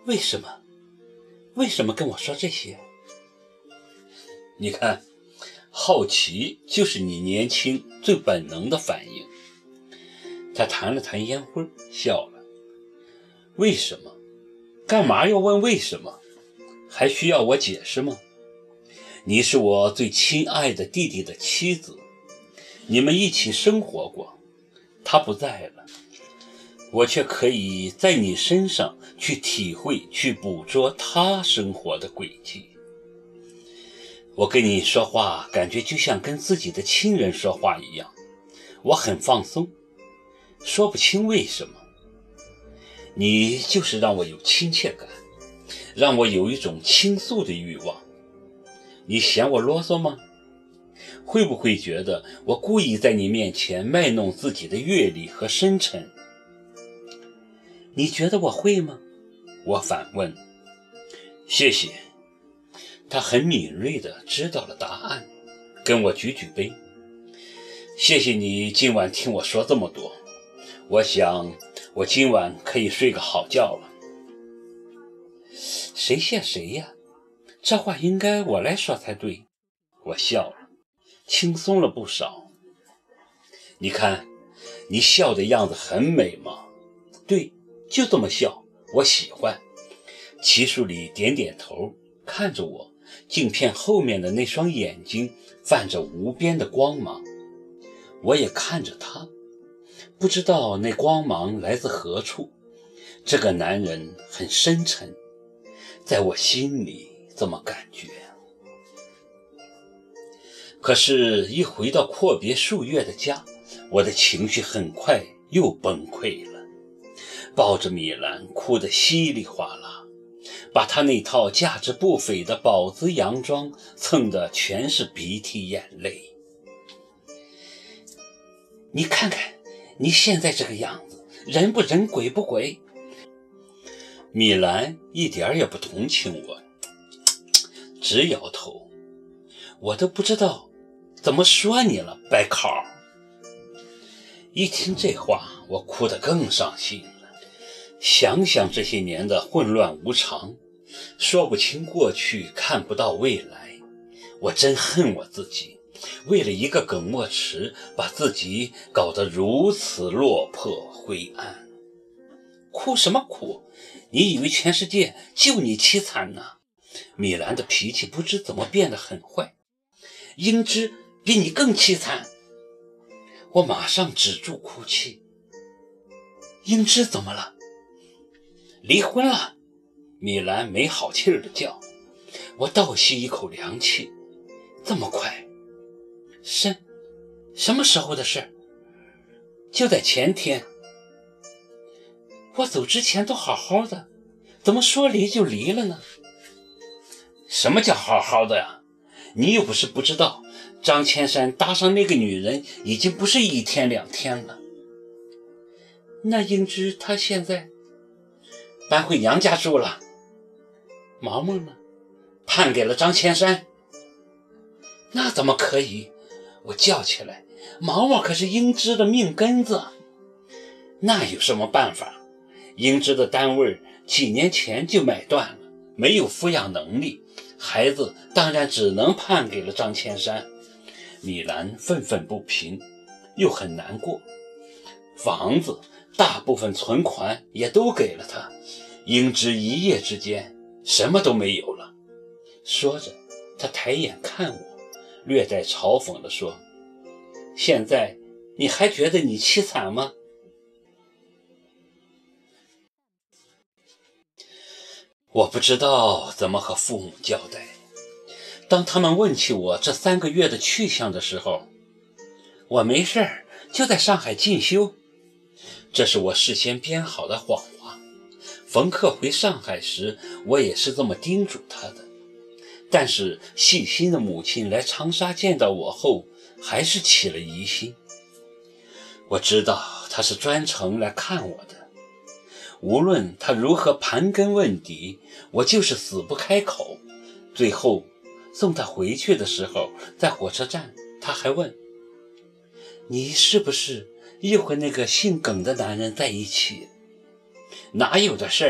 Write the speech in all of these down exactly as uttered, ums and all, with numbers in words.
为什么？为什么跟我说这些？ 你看，好奇就是你年轻最本能的反应。他弹了弹烟灰，笑了。为什么？干嘛要问为什么？还需要我解释吗？你是我最亲爱的弟弟的妻子，你们一起生活过，他不在了，我却可以在你身上去体会，去捕捉他生活的轨迹。我跟你说话，感觉就像跟自己的亲人说话一样，我很放松，说不清为什么。你就是让我有亲切感，让我有一种倾诉的欲望。你嫌我啰嗦吗？会不会觉得我故意在你面前卖弄自己的阅历和深沉？ 你觉得我会吗？ 我反问。谢谢。他很敏锐地知道了答案，跟我举举杯。谢谢你今晚听我说这么多，我想我今晚可以睡个好觉了。 谁谢谁呀？这话应该我来说才对。 我笑了，轻松了不少。你看，你笑的样子很美嘛。对，就这么笑，我喜欢。齐树礼点点头，看着我，镜片后面的那双眼睛泛着无边的光芒。我也看着他，不知道那光芒来自何处。这个男人很深沉，在我心里这么感觉。可是一回到阔别数月的家，我的情绪很快又崩溃了，抱着米兰哭得稀里哗啦，把她那套价值不菲的宝姿洋装蹭得全是鼻涕眼泪。 你看看你现在这个样子，人不人鬼不鬼。 米兰一点也不同情我，直摇头。 我都不知道怎么说你了，白考。 一听这话，我哭得更伤心了。想想这些年的混乱无常，说不清过去，看不到未来，我真恨我自己，为了一个耿墨池，把自己搞得如此落魄灰暗。 哭什么哭？你以为全世界就你凄惨呢？ 米兰的脾气不知怎么变得很坏。 英芝比你更凄惨。我马上止住哭泣。英芝怎么了？离婚了。 米兰没好气儿的叫。 我倒吸一口凉气。这么快？什什么时候的事？就在前天。我走之前都好好的，怎么说离就离了呢？ 什么叫好好的呀？你又不是不知道，张千山搭上那个女人已经不是一天两天了。 那英芝她现在搬回娘家住了。 毛毛呢？ 判给了张千山。 那怎么可以？我叫起来，毛毛可是英芝的命根子。 那有什么办法？英芝的单位几年前就买断了，没有抚养能力，孩子当然只能判给了张千山。米兰愤愤不平，又很难过。房子大部分存款也都给了他，英芝一夜之间什么都没有了。说着，他抬眼看我，略带嘲讽地说：现在你还觉得你凄惨吗？我不知道怎么和父母交代。当他们问起我这三个月的去向的时候， 我没事儿，就在上海进修。 这是我事先编好的谎话。冯克回上海时，我也是这么叮嘱他的。但是细心的母亲来长沙见到我后，还是起了疑心。我知道他是专程来看我的。无论他如何盘根问底，我就是死不开口。最后送他回去的时候，在火车站他还问：你是不是又和那个姓耿的男人在一起？哪有的事儿，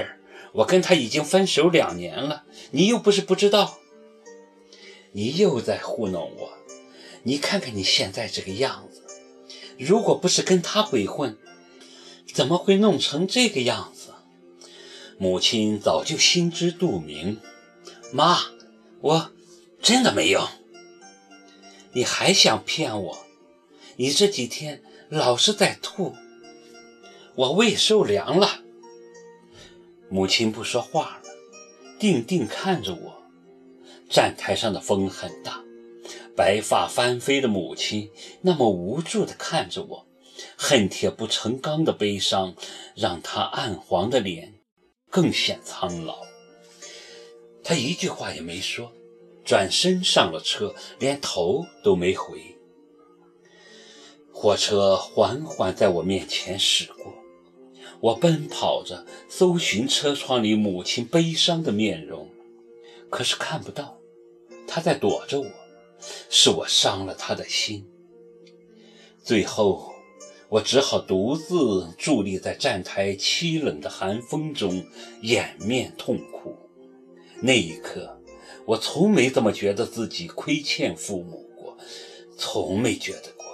我跟他已经分手两年了，你又不是不知道。你又在糊弄我，你看看你现在这个样子，如果不是跟他鬼混，怎么会弄成这个样子？母亲早就心知肚明。妈，我真的没有。你还想骗我？你这几天老是在吐，我胃受凉了。母亲不说话了，定定看着我。站台上的风很大，白发翻飞的母亲那么无助地看着我，恨铁不成钢的悲伤让她暗黄的脸更显苍老。她一句话也没说，转身上了车，连头都没回。火车缓缓在我面前驶过，我奔跑着搜寻车窗里母亲悲伤的面容，可是看不到。她在躲着我，是我伤了她的心。最后我只好独自伫立在站台凄冷的寒风中，掩面痛哭。那一刻，我从没这么觉得自己亏欠父母过，从没觉得过。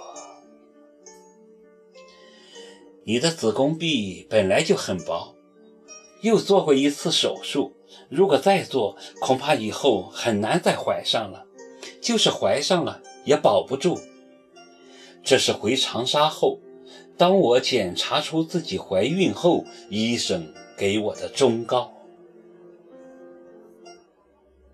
你的子宫壁本来就很薄，又做过一次手术，如果再做，恐怕以后很难再怀上了，就是怀上了也保不住。这是回长沙后，当我检查出自己怀孕后，医生给我的忠告。